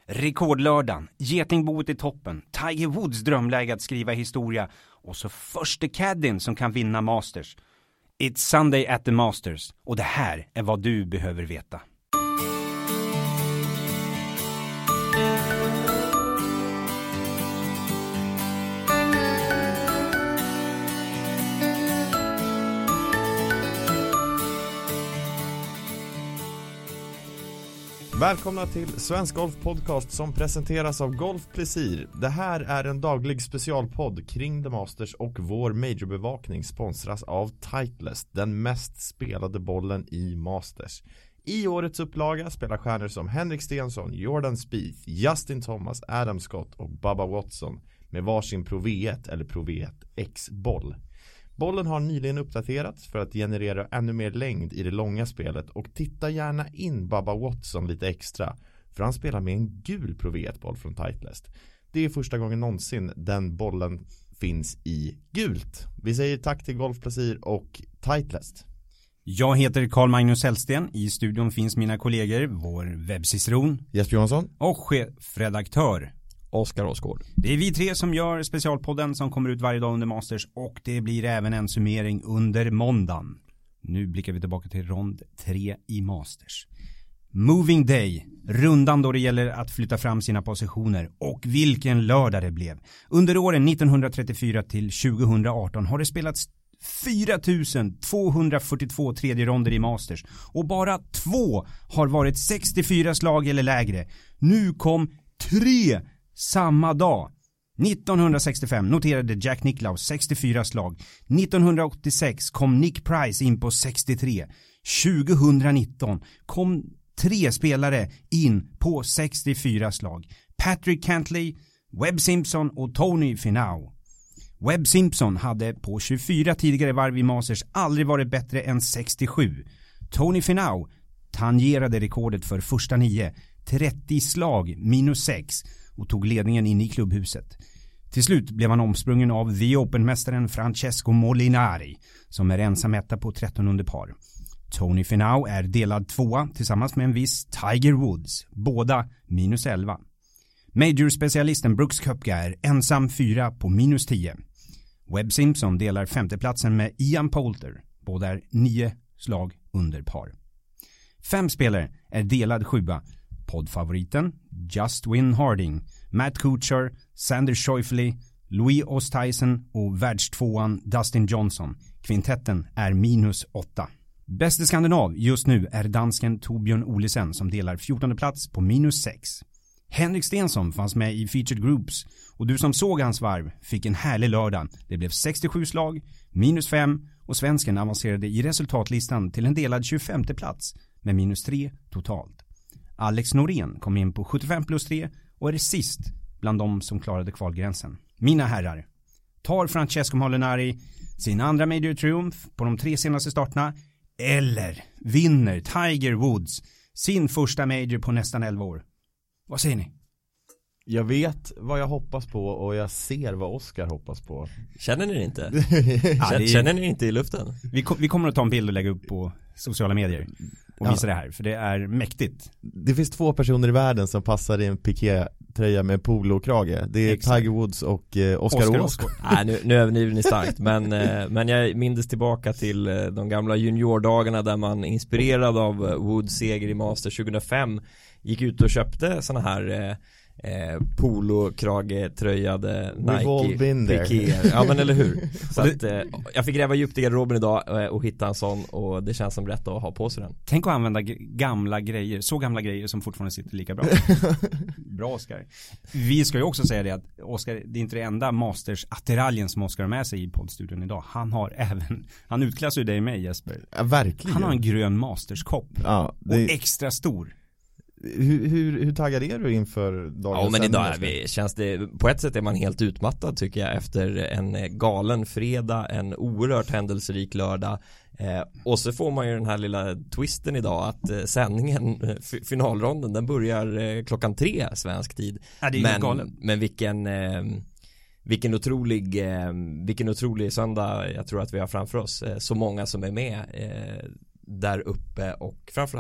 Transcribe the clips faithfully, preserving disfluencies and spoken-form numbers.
Rekordlördagen, getingboet i toppen, Tiger Woods drömläge att skriva historia och så första caddien som kan vinna Masters. It's Sunday at the Masters och det här är vad du behöver veta. Välkomna till Svensk Golf Podcast som presenteras av Golf Plesir. Det här är en daglig specialpodd kring The Masters och vår majorbevakning sponsras av Titleist, den mest spelade bollen i Masters. I årets upplaga spelar stjärnor som Henrik Stenson, Jordan Spieth, Justin Thomas, Adam Scott och Bubba Watson med varsin Pro V ett eller Pro V ett X-boll. Bollen har nyligen uppdaterats för att generera ännu mer längd i det långa spelet och titta gärna in Bubba Watson lite extra för han spelar med en gul Pro V ett-boll från Titleist. Det är första gången någonsin den bollen finns i gult. Vi säger tack till Golf Plesir och Titleist. Jag heter Carl Magnus Hellsten. I studion finns mina kollegor, vår webbsisron Jesper Johansson och chefredaktör Oskar Åsgård. Det är vi tre som gör specialpodden som kommer ut varje dag under Masters och det blir även en summering under måndagen. Nu blickar vi tillbaka till rond tre i Masters. Moving Day, rundan då det gäller att flytta fram sina positioner och vilken lördag det blev. Under åren nittonhundratrettiofyra till tjugohundraarton har det spelats fyra tusen tvåhundrafyrtiotvå tredje ronder i Masters och bara två har varit sextiofyra slag eller lägre. Nu kom tre samma dag. nittonhundrasextiofem noterade Jack Nicklaus sextiofyra slag. nittonhundraåttiosex kom Nick Price in på sextiotre. tjugohundranitton kom tre spelare in på sextiofyra slag. Patrick Cantley, Webb Simpson och Tony Finau. Webb Simpson hade på tjugofyra tidigare varv i Masters aldrig varit bättre än sextiosju. Tony Finau tangerade rekordet för första nio, trettio slag minus sex och tog ledningen in i klubbhuset. Till slut blev han omsprungen av The Open-mästaren Francesco Molinari som är ensam etta på trettonde par. Tony Finau är delad tvåa tillsammans med en viss Tiger Woods, båda minus elva. Major-specialisten Brooks Koepka är ensam fyra på minus tio. Webb Simpson delar femteplatsen med Ian Poulter, båda är nio slag under par. Fem spelare är delad sjua. Poddfavoriten Just Win Harding, Matt Kuchar, Xander Schauffele, Louis Oosthuizen och världstvåan Dustin Johnson. Kvintetten är minus åtta. Bäste skandinav just nu är dansken Torbjörn Olesen som delar fjortonde plats på minus sex. Henrik Stenson fanns med i Featured Groups och du som såg hans varv fick en härlig lördag. Det blev sextiosju slag, minus fem och svensken avancerade i resultatlistan till en delad tjugofemte plats med minus tre totalt. Alex Norén kom in på sjuttiofem plus tre och är det sist bland de som klarade kvalgränsen. Mina herrar, tar Francesco Molinari sin andra major triumf på de tre senaste starterna eller vinner Tiger Woods sin första major på nästan elva år? Vad säger ni? Jag vet vad jag hoppas på och jag ser vad Oskar hoppas på. Känner ni det inte? Ja, det är... Känner ni inte i luften? Vi, kom, vi kommer att ta en bild och lägga upp på sociala medier och visa ja. det här, för det är mäktigt. Det finns två personer i världen som passar i en piké-tröja med polo-krage. Det är Exakt. Tiger Woods och eh, Oskar Åsgård. Nej, nu, nu överdriver ni starkt, men, eh, men jag minns tillbaka till eh, de gamla juniordagarna där man inspirerad av eh, Woods seger i Masters tjugohundrafem gick ut och köpte såna här... Eh, Eh, polo-krage-tröjade Nike-pikéer. Ja, men eller hur? Så att, eh, jag fick gräva djupt i garderoben idag eh, och hitta en sån och det känns som rätt att ha på sig den. Tänk att använda g- gamla grejer, så gamla grejer som fortfarande sitter lika bra. Bra, Oskar. Vi ska ju också säga det att Oskar, det är inte det enda Masters-attiraljen som Oskar har med sig i poddstudion idag. Han har även, han utklassar ju dig med Jesper. Ja, verkligen. Han har en grön Masters-kopp. Ja, det... och extra stor. Hur, hur, hur taggad är du inför dagens? Ja, men idag är vi, känns det, på ett sätt är man helt utmattad tycker jag efter en galen fredag, en oerhört händelserik lördag eh, och så får man ju den här lilla twisten idag att eh, sändningen, f- finalronden, den börjar eh, klockan tre svensk tid. Ja, det är men, galen. men vilken eh, vilken otrolig eh, vilken otrolig söndag jag tror att vi har framför oss, eh, så många som är med eh, där uppe och framförallt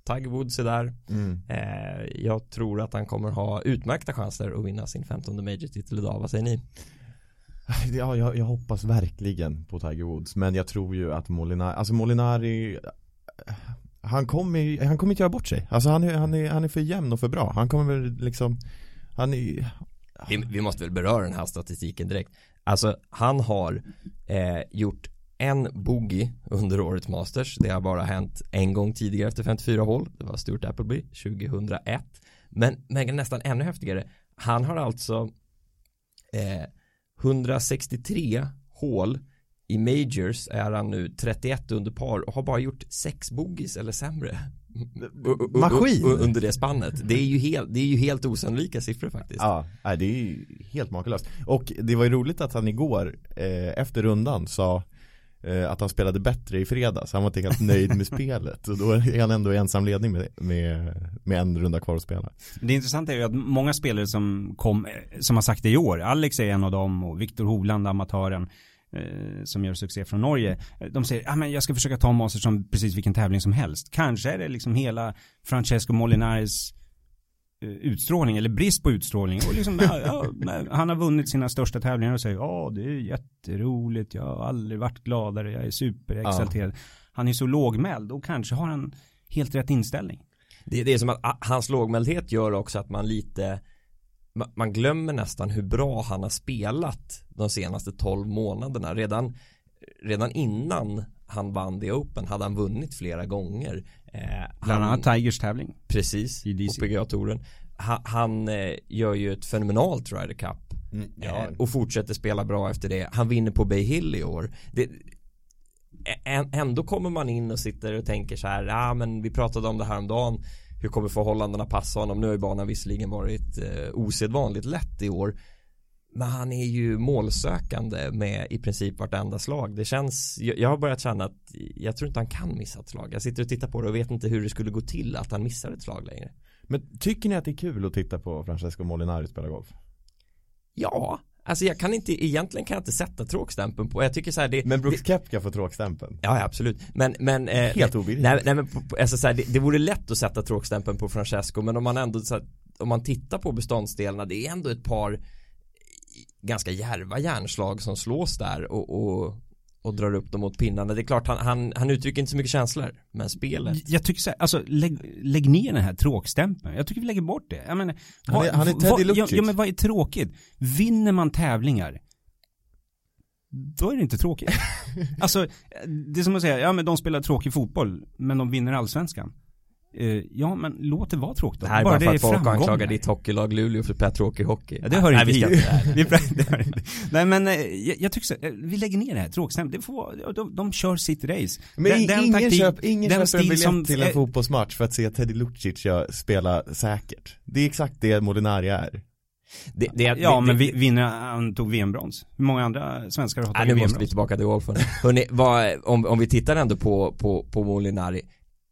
Tiger Woods är där. Mm. Eh, jag tror att han kommer ha utmärkta chanser att vinna sin femtonde major-titel idag. Vad säger ni? Ja, jag, jag hoppas verkligen på Tiger Woods. Men jag tror ju att Molinari, alltså Molinari, han kommer, han kommer inte göra bort sig. Alltså han är, han är, han är för jämn och för bra. Han kommer väl liksom, han är... Vi, vi måste väl beröra den här statistiken direkt. Alltså han har eh, gjort en bogey under årets Masters. Det har bara hänt en gång tidigare efter femtiofyra hål. Det var Stuart Appleby tjugohundraett. Men, men nästan ännu häftigare. Han har alltså eh, hundrasextiotre hål i majors, är han nu trettioett under par och har bara gjort sex bogeys eller sämre. Maskin under det spannet. Det är ju helt, det är ju helt osannolika siffror faktiskt. Ja, det är ju helt makalöst. Och det var ju roligt att han igår eh, efter rundan sa eh, att han spelade bättre i fredags. Han var inte helt nöjd med spelet. Och då är han ändå i ensam ledning med, med, med en runda kvar att spela. Det intressanta är ju att många spelare som kom, som har sagt det i år, Alex är en av dem och Viktor Hovland, amatören som gör succé från Norge, de säger ja, men jag ska försöka ta Masters som precis vilken tävling som helst. Kanske är det liksom hela Francesco Molinaris utstrålning eller brist på utstrålning och liksom, ja, ja, han har vunnit sina största tävlingar och säger ja det är jätteroligt, jag har aldrig varit gladare, jag är superexalterad. Ja. Han är så lågmäld och kanske har han helt rätt inställning. Det, det är som att hans lågmäldhet gör också att man lite man glömmer nästan hur bra han har spelat de senaste tolv månaderna. Redan, redan innan han vann The Open hade han vunnit flera gånger. Eh, Bland annat Tigers tävling. Precis, i P G A-touren. Han, han eh, gör ju ett fenomenalt Ryder Cup. Mm, ja. eh, och fortsätter spela bra efter det. Han vinner på Bay Hill i år. Det, ändå kommer man in och sitter och tänker så här, ja ah, men vi pratade om det här om dagen. Hur kommer förhållandena passa honom? Nu har ju banan visserligen varit eh, osedvanligt lätt i år. Men han är ju målsökande med i princip vartenda slag. Det känns, jag, jag har börjat känna att jag tror inte han kan missa ett slag. Jag sitter och tittar på det och vet inte hur det skulle gå till att han missar ett slag längre. Men tycker ni att det är kul att titta på Francesco Molinari spela golf? Ja, alltså jag kan inte, egentligen kan jag inte sätta tråkstämpeln på. Jag tycker så här, det, men Brooks Koepka får tråkstämpeln. Ja, absolut. Men, men, eh, helt obilligt. Nej, nej men alltså så här, det, det vore lätt att sätta tråkstämpeln på Francesco, men om man ändå så här, om man tittar på beståndsdelarna, det är ändå ett par ganska järva järnslag som slås där och, och, och drar upp dem mot pinnarna. Det är klart, han, han, han uttrycker inte så mycket känslor, men spelet. Jag tycker så här, alltså lägg, lägg ner den här tråkstämpeln. Jag tycker vi lägger bort det. Jag menar, han, är, vad, han är Teddy Lucic. Ja, ja, men vad är tråkigt? Vinner man tävlingar, då är det inte tråkigt. Alltså, det är som att säga, ja men de spelar tråkig fotboll, men de vinner allsvenskan. Uh, ja, men låt det vara tråkigt. Det här är bara, bara för att folk anklagar ditt hockeylag Luleå för att spela tråkig hockey. Ja, det hör nej, inte vi vi inte. Nej, men uh, jag, jag tycker så, uh, vi lägger ner det här tråkstämt. Det får, de, de kör sitt race. Men den, den ingen, taktik, köp, ingen köper en biljett som, till en uh, fotbollsmatch för att se Teddy Lucic spela säkert. Det är exakt det Molinari är. Det, det, ja, det, men vi, vinner, han tog V M-brons. Hur många andra svenskar har tagit V M-brons? Nu måste vi tillbaka till golfen. Hörrni, vad, om, om vi tittar ändå på, på, på Molinari,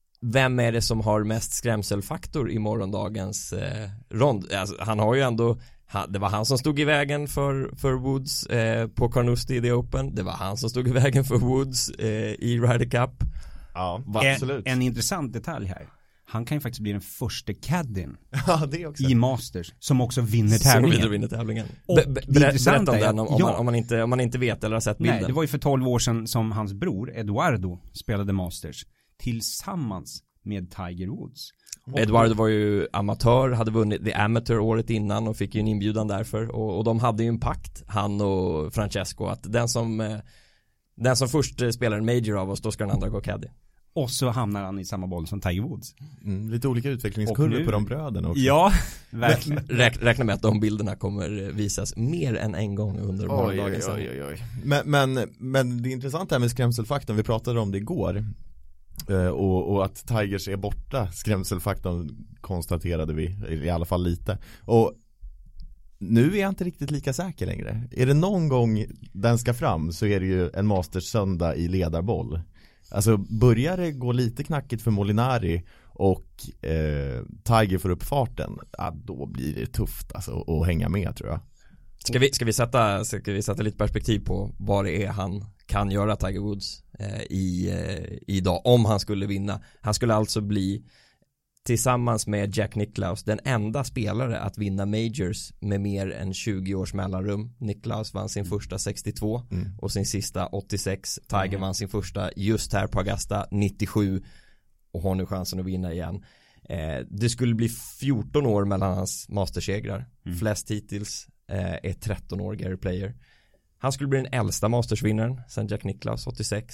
vem är det som har mest skrämselfaktor i morgondagens eh, rond? Alltså, han har ju ändå, han, det var han som stod i vägen för, för Woods eh, på Carnoustie i The Open. Det var han som stod i vägen för Woods eh, i Ryder Cup. Ja, absolut. En, en intressant detalj här. Han kan ju faktiskt bli den första caddien ja, det också. i Masters som också vinner tävlingen. Som vinner tävlingen. Och be, be, berätta om den om, om, ja, man, om, man inte, om man inte vet eller har sett bilden. Nej, det var ju för tolv år sedan som hans bror Eduardo spelade Masters tillsammans med Tiger Woods. Och Eduardo var ju amatör, hade vunnit The Amateur året innan och fick ju en inbjudan därför. Och, och de hade ju en pakt, han och Francesco, att den som, eh, den som först spelar en major av oss, då ska den andra gå caddy. Och så hamnar han i samma boll som Tiger Woods. Mm, lite olika utvecklingskurvor på de bröderna också. Ja, verkligen. Räk, räkna med att de bilderna kommer visas mer än en gång under morgondagen. Oj, oj, oj, oj. Men, men, men det är intressant här med skrämselfaktorn. Vi pratade om det igår. Uh, och, och att Tigers är borta, skrämselfaktorn konstaterade vi, i alla fall lite. Och nu är jag inte riktigt lika säker längre. Är det någon gång den ska fram så är det ju en Masters söndag i ledarboll. Alltså börjar det gå lite knackigt för Molinari och eh, Tiger får upp farten, ja, då blir det tufft alltså, att hänga med, tror jag. Ska vi, ska vi, sätta, ska vi sätta lite perspektiv på vad det är han kan göra, Tiger Woods, eh, i, eh, idag om han skulle vinna. Han skulle alltså bli tillsammans med Jack Nicklaus den enda spelare att vinna majors med mer än tjugo års mellanrum. Nicklaus vann sin första sextiotvå mm. och sin sista åttiosex. Tiger mm. vann sin första just här på Augusta nittiosju och har nu chansen att vinna igen. Eh, det skulle bli fjorton år mellan hans mastersegrar. Mm. Flest hittills eh, är tretton år Gary Player. Han skulle bli den äldsta mastersvinnaren sedan Jack Nicklaus åttiosex.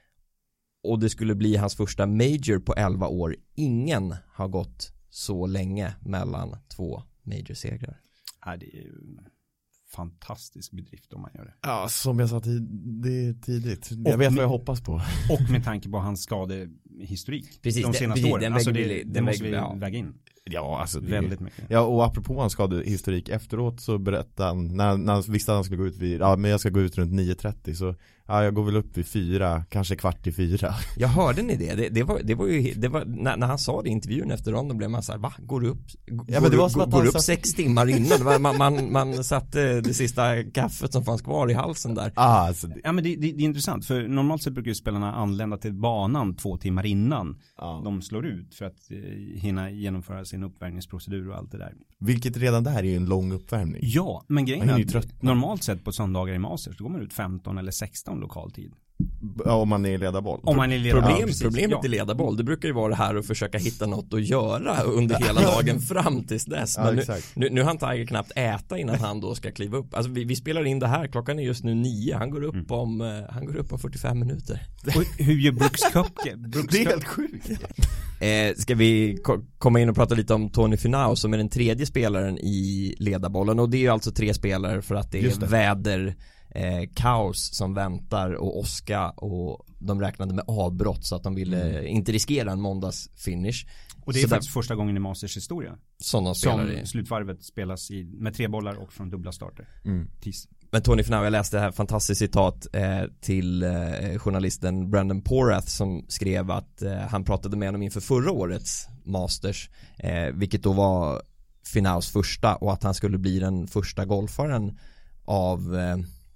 Och det skulle bli hans första major på elva år. Ingen har gått så länge mellan två majorsegrar. Ja, det är ju fantastisk bedrift om man gör det. Ja, som jag sa, tid, det är tidigt. Jag vet med, vad jag hoppas på. Och med tanke på hans skadehistorik. Precis, de senaste det, åren. Den alltså väger, det, den det måste väger, vi ja. väga in. Ja, alltså det, väldigt mycket. Ja, och apropå hans skadehistorik efteråt så berättade han när, när han visste att han skulle gå ut vid, ja men jag ska gå ut runt nio trettio så ja, jag går väl upp vid fyra, kanske kvart i fyra. Jag hörde ni det? Det, det, var, det var ju, det var, när, när han sa det i intervjun efter ronden blev man så här, va? Går du upp, går, ja, men det var som går, att går han upp satt... sex timmar innan? man, man, man satte det sista kaffet som fanns kvar i halsen där. Ah, alltså det... Ja, men det, det, det är intressant för normalt sett brukar ju spelarna anlända till banan två timmar innan ah. de slår ut för att eh, hinna genomföra sin uppvärmningsprocedur och allt det där. Vilket redan där är ju en lång uppvärmning. Ja, men grejen är, är att trött. Normalt sett på söndagar i Masters då går man ut femton eller sexton lokal tid. Ja, om man är ledarboll. Om man är ledarboll. Problem, ja, problemet ja. i ledarboll, det brukar ju vara det här att försöka hitta något att göra under hela dagen fram tills dess. Men ja, nu, nu, nu har han Tiger knappt äta innan han då ska kliva upp. Alltså vi, vi spelar in det här, klockan är just nu nio. Han går upp mm. om uh, han går upp om fyrtiofem minuter. Och hur gör Brooks Koepka? Brooks det är helt sjukt. eh, ska vi ko- komma in och prata lite om Tony Finau som är den tredje spelaren i ledarbollen. Och det är ju alltså tre spelare för att det är det. väder Eh, kaos som väntar och åska och de räknade med avbrott så att de ville mm. inte riskera en måndagsfinish. Och det är så faktiskt där, första gången i Masters historia som de spelar som i. Slutvarvet spelas i, med tre bollar och från dubbla starter. Mm. Tis. Men Tony Finau, jag läste det här fantastiskt citat eh, till eh, journalisten Brandon Porath som skrev att eh, han pratade med honom inför förra årets Masters eh, vilket då var Finaus första och att han skulle bli den första golfaren av eh,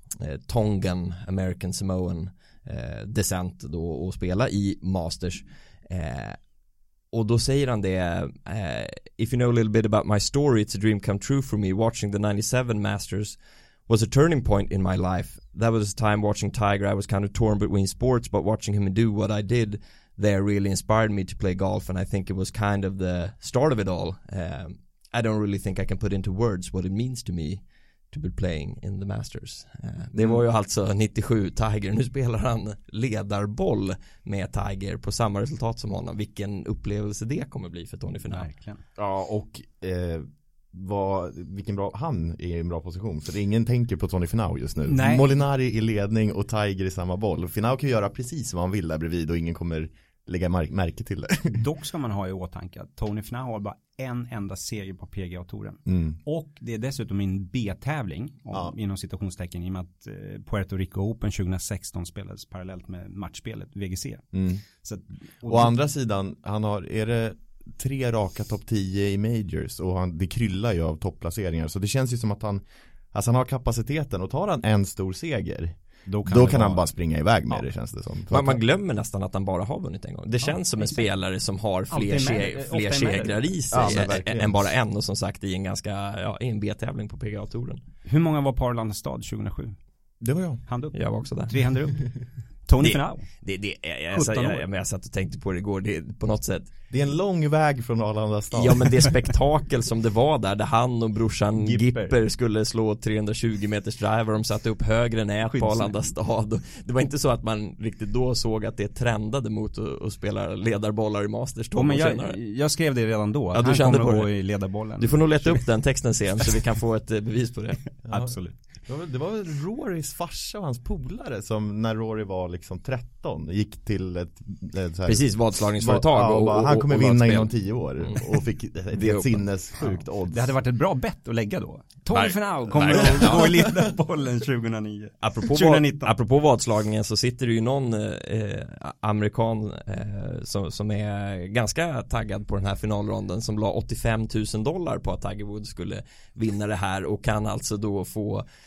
Tongan, American Samoan eh, descent då och spela i Masters eh, och då säger han det eh, if you know a little bit about my story it's a dream come true for me. Watching the ninety-seven Masters was a turning point in my life. That was a time watching Tiger I was kind of torn between sports, but watching him do what I did there really inspired me to play golf, and I think it was kind of the start of it all. um, I don't really think I can put into words what it means to me to be playing in the Masters. Uh, det var ju alltså nittiosju Tiger. Nu spelar han ledarboll med Tiger på samma resultat som honom. Vilken upplevelse det kommer bli för Tony Finau. Ja, och eh, vad, vilken bra, han är i en bra position. För ingen tänker på Tony Finau just nu. Nej. Molinari i ledning och Tiger i samma boll. Finau kan ju göra precis vad han vill där bredvid och ingen kommer lägga mär- märke till det. Dock ska man ha i åtanke att Tony Finau har bara en enda serie på P G A-touren. Mm. Och det är dessutom en B-tävling ja. inom citationstecken i och med att eh, Puerto Rico Open tjugohundrasexton spelades parallellt med matchspelet V G C. Mm. Så att, och Å det... andra sidan, han har, är det tre raka topp tio i majors och han, det kryllar ju av topplaceringar. Så det känns ju som att han, alltså han har kapaciteten och tar han en stor seger Då kan, Då kan vara... han bara springa iväg med ja. det känns det som. Man, man glömmer nästan att han bara har vunnit en gång. Det känns ja, som en spelare som har fler, se- fler segrar i sig ja, än bara en och som sagt i en ganska ja, i en B-tävling på P G A-touren. Hur många var på Arlanda stad tjugohundrasju? Det var jag. Hand upp. Jag var också där. Tre händer upp. Tony Finau. Det, det, jag, jag, jag, jag, jag satt och tänkte på det igår, det, på något sätt. Det är en lång väg från Arlanda stad. Ja, men det spektakel som det var där, där han och brorsan Gipper, Gipper skulle slå trehundratjugo meters driver, de satte upp högre nät på Arlanda stad. Och det var inte så att man riktigt då såg att det trendade mot att, att spela ledarbollar i Masters. Ja, men jag, jag skrev det redan då. Ja, du han kände kommer på gå det. i ledarbollen. Du får nog leta upp den texten sen så vi kan få ett bevis på det. Ja. Absolut. Det var, det var väl Rorys farsa och hans polare som när Rory var liksom tretton gick till ett, ett så här, precis, vadslagningsföretag ja, och, och, och, han kommer och vinna inom tio år mm. och fick ett, ett sinnessjukt ja. odds. Det hade varit ett bra bett att lägga då. Tony Finau kommer att gå i ledarbollen tjugohundranio. Apropå, tjugohundraniton. Apropå vadslagningen så sitter det ju någon eh, amerikan eh, som, som är ganska taggad på den här finalronden som la åttiofem tusen dollar på att Tiger Woods skulle vinna det här och kan alltså då få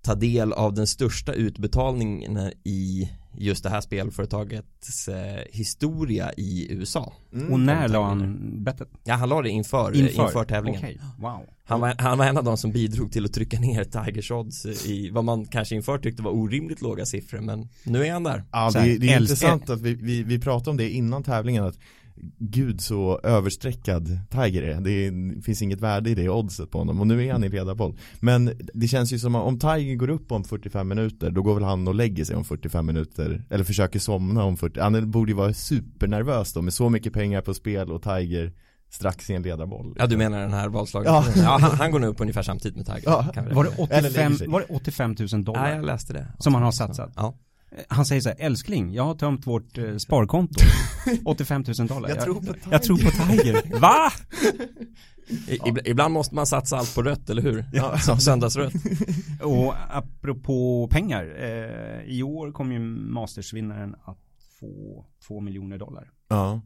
ta del av den största utbetalningen i just det här spelföretagets eh, historia i U S A. Mm, och när la han bettet? Ja, han la det inför, inför? inför tävlingen. Okay. Wow. Han var, han var en av de som bidrog till att trycka ner Tigers odds i vad man kanske inför tyckte var orimligt låga siffror, men nu är han där. Ja, det, det är intressant att vi, vi, vi pratade om det innan tävlingen, att gud så överstreckad Tiger är. Det är, finns inget värde i det oddset på honom, och nu är han i ledarboll. Men det känns ju som att om Tiger går upp om fyrtiofem minuter, då går väl han och lägger sig om fyrtiofem minuter, eller försöker somna om fyrtio. Han borde ju vara supernervös då med så mycket pengar på spel och Tiger strax i en ledarboll. Liksom. Ja, du menar den här valslaget? Ja, ja han, han går nu upp ungefär samtidigt med Tiger. Ja. Var det åttiofem, var det åttiofem tusen dollar? Ja, jag läste det. Som han har satsat? Ja. Han säger så här: älskling, jag har tömt vårt eh, sparkonto. åttiofem tusen dollar. Jag, jag, tror på Tiger. jag tror på Tiger. Va? I, ja. Ibland måste man satsa allt på rött, eller hur? Ja. Som söndagsrött. Och apropå pengar, eh, i år kommer ju Masters-vinnaren att få två miljoner dollar. Ja.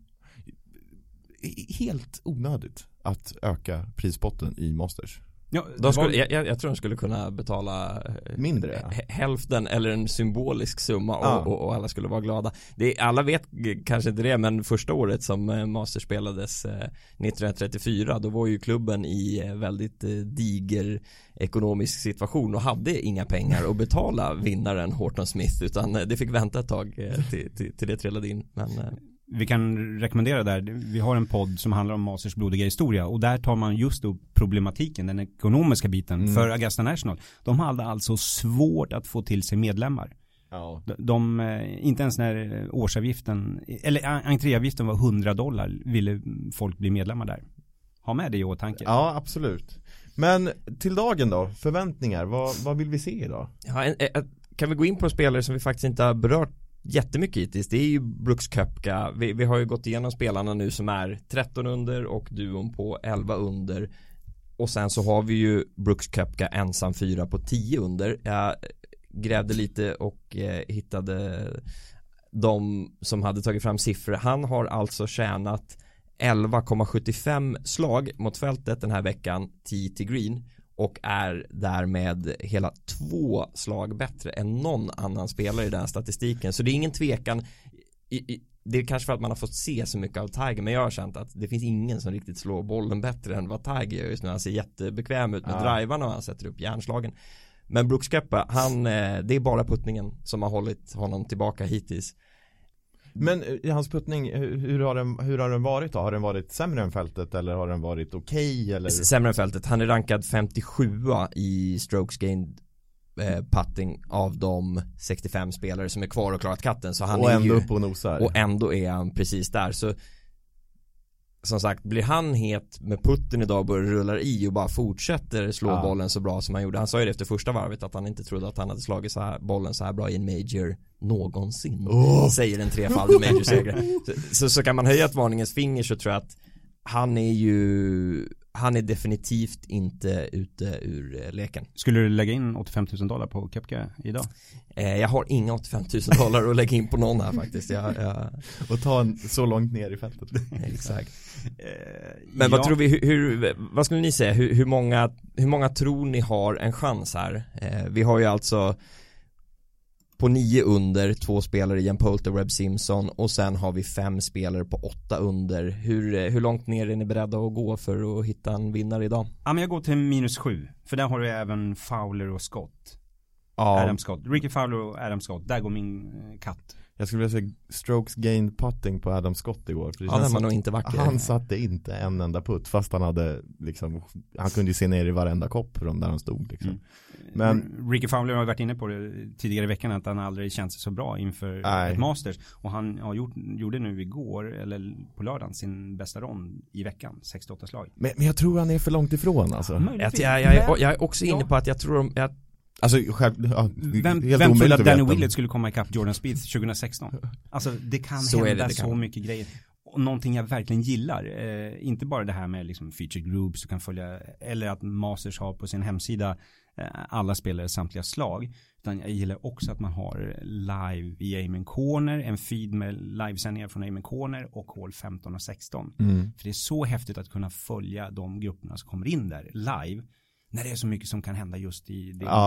Helt onödigt att öka prispotten i Masters. Ja, de skulle, var... jag, jag tror de skulle kunna betala mindre, ja. hälften eller en symbolisk summa och, ja. och, och alla skulle vara glada. Det, alla vet kanske inte det, men första året som Masters spelades eh, nittonhundratrettiofyra, då var ju klubben i väldigt eh, diger ekonomisk situation och hade inga pengar att betala vinnaren Horton Smith, utan det fick vänta ett tag eh, till, till, till det trillade in. Men eh, vi kan rekommendera där, vi har en podd som handlar om Masters blodiga historia, och där tar man just upp problematiken, den ekonomiska biten mm. för Augusta National. De hade alltså svårt att få till sig medlemmar. Ja. De, de inte ens när årsavgiften eller entréavgiften var hundra dollar ville folk bli medlemmar där. Ha med det i åtanke. Ja, absolut. Men till dagen då, förväntningar, vad, vad vill vi se idag? Ja, en, en, kan vi gå in på spelare som vi faktiskt inte har berört jättemycket hittills? Det är ju Brooks Koepka. Vi, vi har ju gått igenom spelarna nu som är tretton under och duon på elva under. Och sen så har vi ju Brooks Koepka ensam fyra på tio under. Jag grävde lite och eh, hittade de som hade tagit fram siffror. Han har alltså tjänat elva komma sjuttiofem slag mot fältet den här veckan, tee till green, och är därmed hela två slag bättre än någon annan spelare i den statistiken. Så det är ingen tvekan. I, i, det är kanske för att man har fått se så mycket av Tiger, men jag har känt att det finns ingen som riktigt slår bollen bättre än vad Tiger gör just nu. Han ser jättebekväm ut med ja. drivarna och han sätter upp järnslagen. Men Brooks Koepka, han, det är bara puttningen som har hållit honom tillbaka hittills. Men i hans puttning, hur har, den, hur har den varit då? Har den varit sämre än fältet eller har den varit okej? Okay, eller? Sämre än fältet. Han är rankad femtiosjua i strokes gained eh, putting av de sextiofem spelare som är kvar och klarat katten. Så han och är ändå ju, upp och nosar. Och ändå är han precis där. Så som sagt, blir han het med putten idag och börjar rulla i och bara fortsätter slå ja. bollen så bra som han gjorde. Han sa ju det efter första varvet att han inte trodde att han hade slagit så här, bollen så här bra i en major någonsin. Oh. Säger en trefaldig major-segrare. så, så, så kan man höja ett varningens finger, så tror jag att han är ju han är definitivt inte ute ur leken. Skulle du lägga in åttiofem tusen dollar på Koepka idag? Eh, jag har inga åttiofem tusen dollar att lägga in på någon här faktiskt. Jag, jag... Och ta en så långt ner i fältet. Exakt. Men vad ja. tror vi, hur, hur, vad skulle ni säga, hur, hur, många, hur många tror ni har en chans här? Eh, vi har ju alltså på nio under två spelare, Ian Poulter, Webb Simpson, och sen har vi fem spelare på åtta under. Hur, hur långt ner är ni beredda att gå för att hitta en vinnare idag? Ja, men jag går till minus sju, för där har du även Fowler och Scott. Ja. Adam Scott, Ricky Fowler och Adam Scott, där går min katt. Jag skulle vilja säga strokes gained putting på Adam Scott igår. Ja, den var nog inte vacker. Han satte inte en enda putt, fast han hade liksom, han kunde ju se ner i varenda kopp från där han stod liksom. Mm. Men Ricky Fowler har varit inne på det tidigare i veckan, att han aldrig känt sig så bra inför Nej. ett Masters, och han har gjort, gjorde nu igår eller på lördagen sin bästa rond i veckan, sextioåtta slag. Men, men jag tror han är för långt ifrån alltså. Jag, jag, jag, jag, jag är också inne på att jag tror jag Alltså själv, ja, vem, vem trodde att Danny Willett skulle komma ikapp Jordan Spieth tjugohundrasexton? Alltså det kan så hända det, det kan. så mycket grejer. Och någonting jag verkligen gillar, eh, inte bara det här med liksom featured groups du kan följa, eller att Masters har på sin hemsida eh, alla spelare samtliga slag, utan jag gillar också att man har live i Amen Corner, en feed med livesändningar från Amen Corner och hål femton och sexton. Mm. För det är så häftigt att kunna följa de grupperna som kommer in där live, när det är så mycket som kan hända just i det. Ja,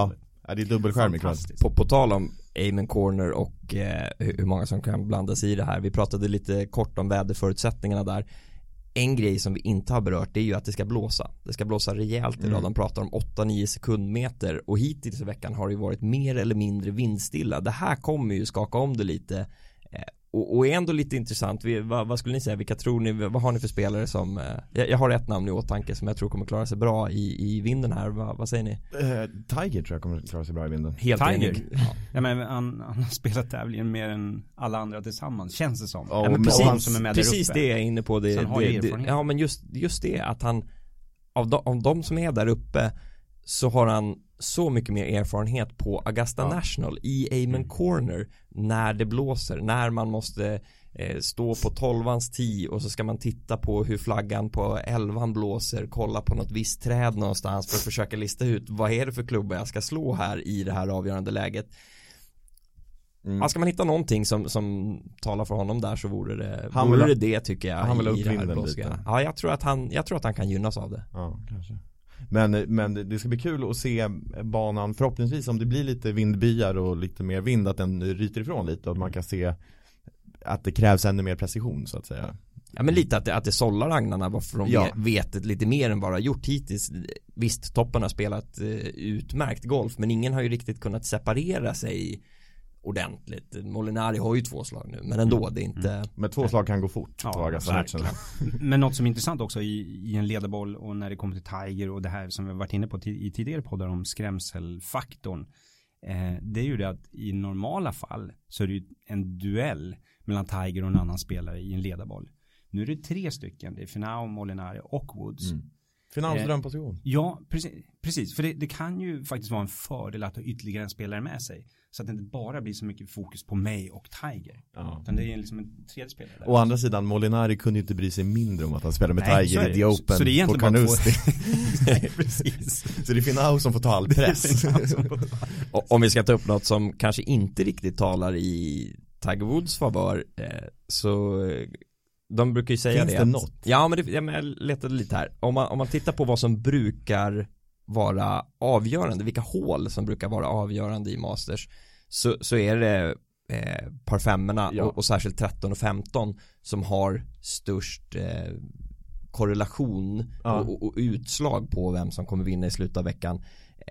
Ja, det är dubbelskärm ikväll. På, på tal om aim and corner och eh, hur många som kan blanda sig i det här. Vi pratade lite kort om väderförutsättningarna där. En grej som vi inte har berört, det är ju att det ska blåsa. Det ska blåsa rejält idag. Mm. De pratar om åtta nio sekundmeter och hittills i veckan har det varit mer eller mindre vindstilla. Det här kommer ju skaka om det lite. Eh, och, och är ändå lite intressant. Vi, vad, vad skulle ni säga? Vilka tror ni, vad har ni för spelare som... Eh, jag, jag har ett namn i åtanke som jag tror kommer klara sig bra i, i vinden här. Va, vad säger ni? Uh, Tiger tror jag kommer klara sig bra i vinden. Helt Tiger? Ja. Ja, men han, han har spelat tävlingen mer än alla andra tillsammans, känns det som. Ja, ja, men precis, han som är med precis där uppe. Det jag är inne på. Det, det, det, ja, men just, just det att han... Av de, av de som är där uppe så har han så mycket mer erfarenhet på Augusta ja. National i aim and corner när det blåser, när man måste eh, stå på tolvans tee och så ska man titta på hur flaggan på elvan blåser, kolla på något visst träd någonstans för att försöka lista ut vad är det för klubba jag ska slå här i det här avgörande läget. Mm. Ja, ska man hitta någonting som, som talar för honom där så vore det han vore det, det tycker jag. Han vill ha upp vinden lite. Ja, jag tror att han jag tror att han kan gynnas av det. Ja, kanske. Men, men det ska bli kul att se banan förhoppningsvis om det blir lite vindbyar och lite mer vind att den ryter ifrån lite och att man kan se att det krävs ännu mer precision så att säga. Ja, men lite att det, att det sållar agnarna varför de ja. vet lite mer än vad de har gjort hittills. Visst, toppen har spelat uh, utmärkt golf men ingen har ju riktigt kunnat separera sig ordentligt. Molinari har ju två slag nu men ändå det är inte... Mm. Men två slag kan gå fort. Ja, men något som är intressant också i, i en ledarboll och när det kommer till Tiger och det här som vi har varit inne på t- i tidigare poddar om skrämselfaktorn eh, det är ju det att i normala fall så är det ju en duell mellan Tiger och en annan spelare i en ledarboll. Nu är det tre stycken. Det är Finau, Molinari och Woods. Mm. Finaus eh, drömposition. Ja, precis. precis. För det, det kan ju faktiskt vara en fördel att ha ytterligare en spelare med sig. Så att det inte bara blir så mycket fokus på mig och Tiger. Ja. Utan det är liksom en tredje spelare där. Å andra sidan, Molinari kunde ju inte bry sig mindre om att han spelar med Nej, Tiger i The Open så, så det är på Carnoustie. Nej, precis. Så det är Finaus som får ta all press. Om vi ska ta upp något som kanske inte riktigt talar i Tiger Woods favör eh, så... De brukar ju säga Finns det. det att, något? Ja, men det, ja, men jag letade lite här. Om man, om man tittar på vad som brukar vara avgörande, vilka hål som brukar vara avgörande i Masters, så, så är det eh, par femmorna ja. och, och särskilt tretton och femton som har störst eh, korrelation ja. och, och, och utslag på vem som kommer vinna i slutet av veckan.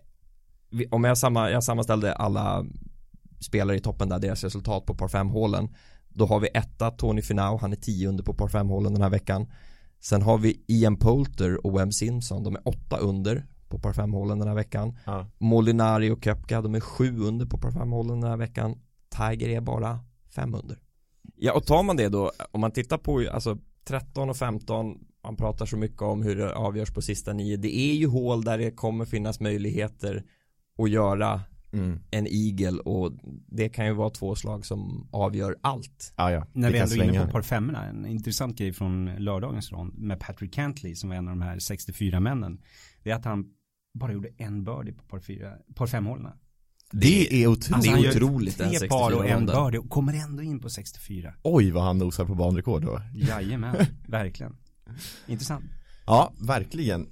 Om jag, samma, jag sammanställde alla spelare i toppen där, deras resultat på par fem-hålen. Då har vi etta Tony Finau, han är tio under på par fem-hålen den här veckan. Sen har vi Ian Poulter och Webb Simpson, de är åtta under på par fem-hålen den här veckan. Ja. Molinari och Koepka, de är sju under på par fem-hålen den här veckan. Tiger är bara fem under. Ja, och tar man det då, om man tittar på alltså tretton och femton, man pratar så mycket om hur det avgörs på sista nio. Det är ju hål där det kommer finnas möjligheter att göra Mm. en eagle och det kan ju vara två slag som avgör allt. Ah, ja. När vi ändå är inne på par femmorna, en intressant grej från lördagens rond med Patrick Cantley som var en av de här sextiofyra männen, det är att han bara gjorde en birdie på par, fyra, par fem-hålorna. Det är otroligt. Alltså han gör otroligt tre par och en birdie och kommer ändå in på sextiofyra. Oj, vad han nosar på banrekord då. Jajamän, verkligen. Intressant. Ja, verkligen.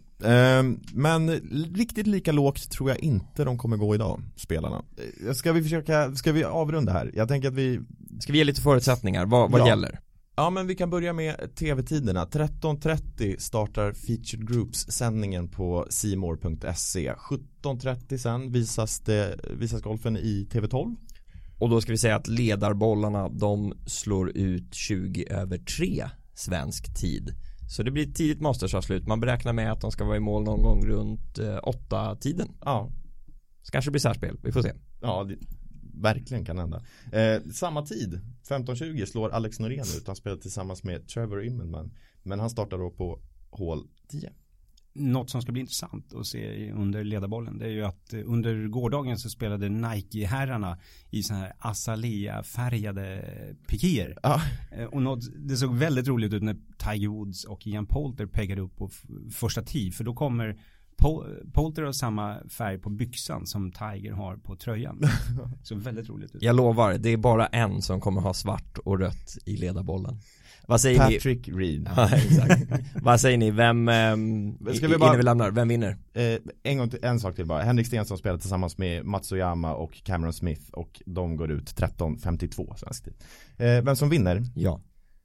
Men riktigt lika lågt tror jag inte de kommer gå idag, spelarna. Ska vi försöka, ska vi avrunda här? Jag tänker att vi... Ska vi ge lite förutsättningar? Vad, vad ja. gäller? Ja, men vi kan börja med tv-tiderna. tretton trettio startar Featured Groups-sändningen på C more punkt se. sjutton trettio sen visas, det, visas golfen i T V tolv. Och då ska vi säga att ledarbollarna, de slår ut tjugo över tre svensk tid. Så det blir ett tidigt mastersavslut. Man beräknar med att de ska vara i mål någon gång runt eh, åtta tiden. Ja. Så kanske det blir särspel. Vi får se. Ja, det, verkligen kan hända. Eh, samma tid, femton tjugo slår Alex Norén ut. Han spelar tillsammans med Trevor Immelman. Men han startar då på hål tio. Något som ska bli intressant att se under ledarbollen, det är ju att under gårdagen så spelade Nike-herrarna i såna här azalea-färgade pikéer. Ah. Och något, det såg väldigt roligt ut när Tiger Woods och Ian Poulter peggade upp på f- första tee, för då kommer Pol- Poulter har samma färg på byxan som Tiger har på tröjan. Så väldigt roligt ut. Jag lovar, det är bara en som kommer ha svart och rött i ledarbollen. Vad säger Patrick ni? Reed. Ja, exakt. Vad säger ni? Vem, um, Ska vi bara, innan vi lämnar, vem vinner? Eh, en, gång till, en sak till bara. Henrik Stenson spelar tillsammans med Matsuyama och Cameron Smith och de går ut tretton femtiotvå svensk tid. Eh, vem som vinner? Ja.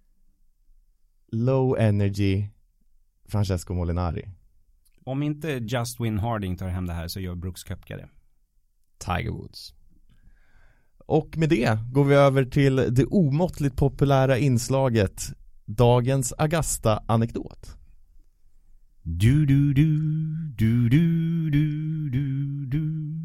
Low Energy Francesco Molinari. Om inte Just Win Harding tar hem det här så gör Brooks Koepka det. Tiger Woods. Och med det går vi över till det omåttligt populära inslaget Dagens Augusta-anekdot. Du, du, du, du, du, du, du, du.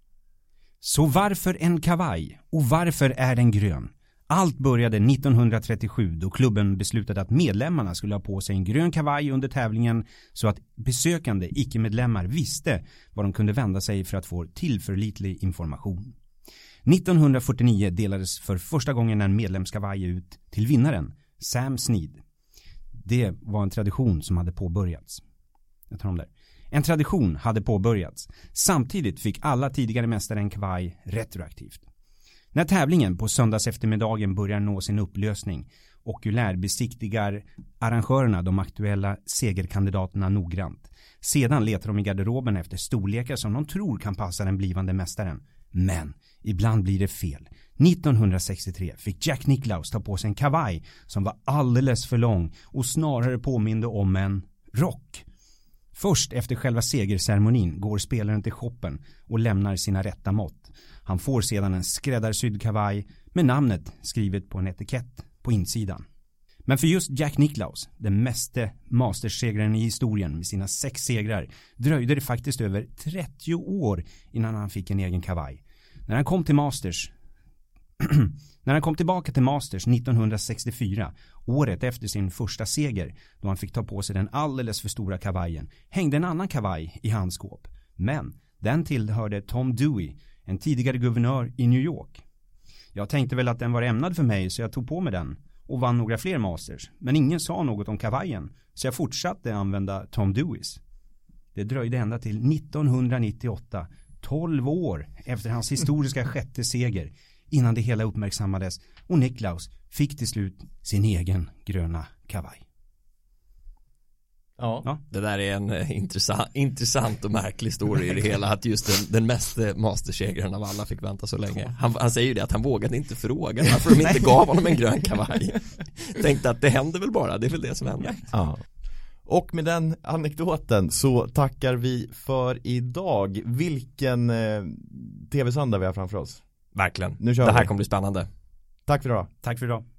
Så varför en kavaj? Och varför är den grön? Allt började nittonhundratrettiosju då klubben beslutade att medlemmarna skulle ha på sig en grön kavaj under tävlingen så att besökande icke-medlemmar visste var de kunde vända sig för att få tillförlitlig information. nittonhundrafyrtionio delades för första gången en medlemskavaj ut till vinnaren, Sam Snead. Det var en tradition som hade påbörjats. Jag tar om där. En tradition hade påbörjats. Samtidigt fick alla tidigare mästare en kavaj retroaktivt. När tävlingen på söndags eftermiddagen börjar nå sin upplösning okulärbesiktigar arrangörerna de aktuella segerkandidaterna noggrant. Sedan letar de i garderoben efter storlekar som de tror kan passa den blivande mästaren. Men ibland blir det fel. nittonhundrasextiotre fick Jack Nicklaus ta på sig en kavaj som var alldeles för lång och snarare påminde om en rock. Först efter själva segerceremonin går spelaren till shoppen och lämnar sina rätta mått. Han får sedan en skräddarsydd kavaj med namnet skrivet på en etikett på insidan. Men för just Jack Nicklaus, den meste mastersegraren i historien med sina sex segrar, dröjde det faktiskt över trettio år innan han fick en egen kavaj. När han kom till Masters När han kom tillbaka till Masters nittonhundrasextiofyra, året efter sin första seger, då han fick ta på sig den alldeles för stora kavajen, hängde en annan kavaj i hans skåp. Men den tillhörde Tom Dewey, en tidigare guvernör i New York. Jag tänkte väl att den var ämnad för mig så jag tog på mig den och vann några fler Masters. Men ingen sa något om kavajen så jag fortsatte använda Tom Deweys. Det dröjde ända till nittonhundranittioåtta, tolv år efter hans historiska sjätte seger, innan det hela uppmärksammades och Nicklaus fick till slut sin egen gröna kavaj. Ja, ja. Det där är en uh, intressant, intressant och märklig story i det hela, att just den, den meste mastersegraren av alla fick vänta så länge. Han, han säger ju det att han vågade inte fråga varför de inte gav honom en grön kavaj. Tänkte att det händer väl bara, det är väl det som händer. Ja. Och med den anekdoten så tackar vi för idag. Vilken eh, tv-söndag vi har framför oss. Verkligen. Nu kör det här vi. kommer bli spännande. Tack för idag. Tack för idag.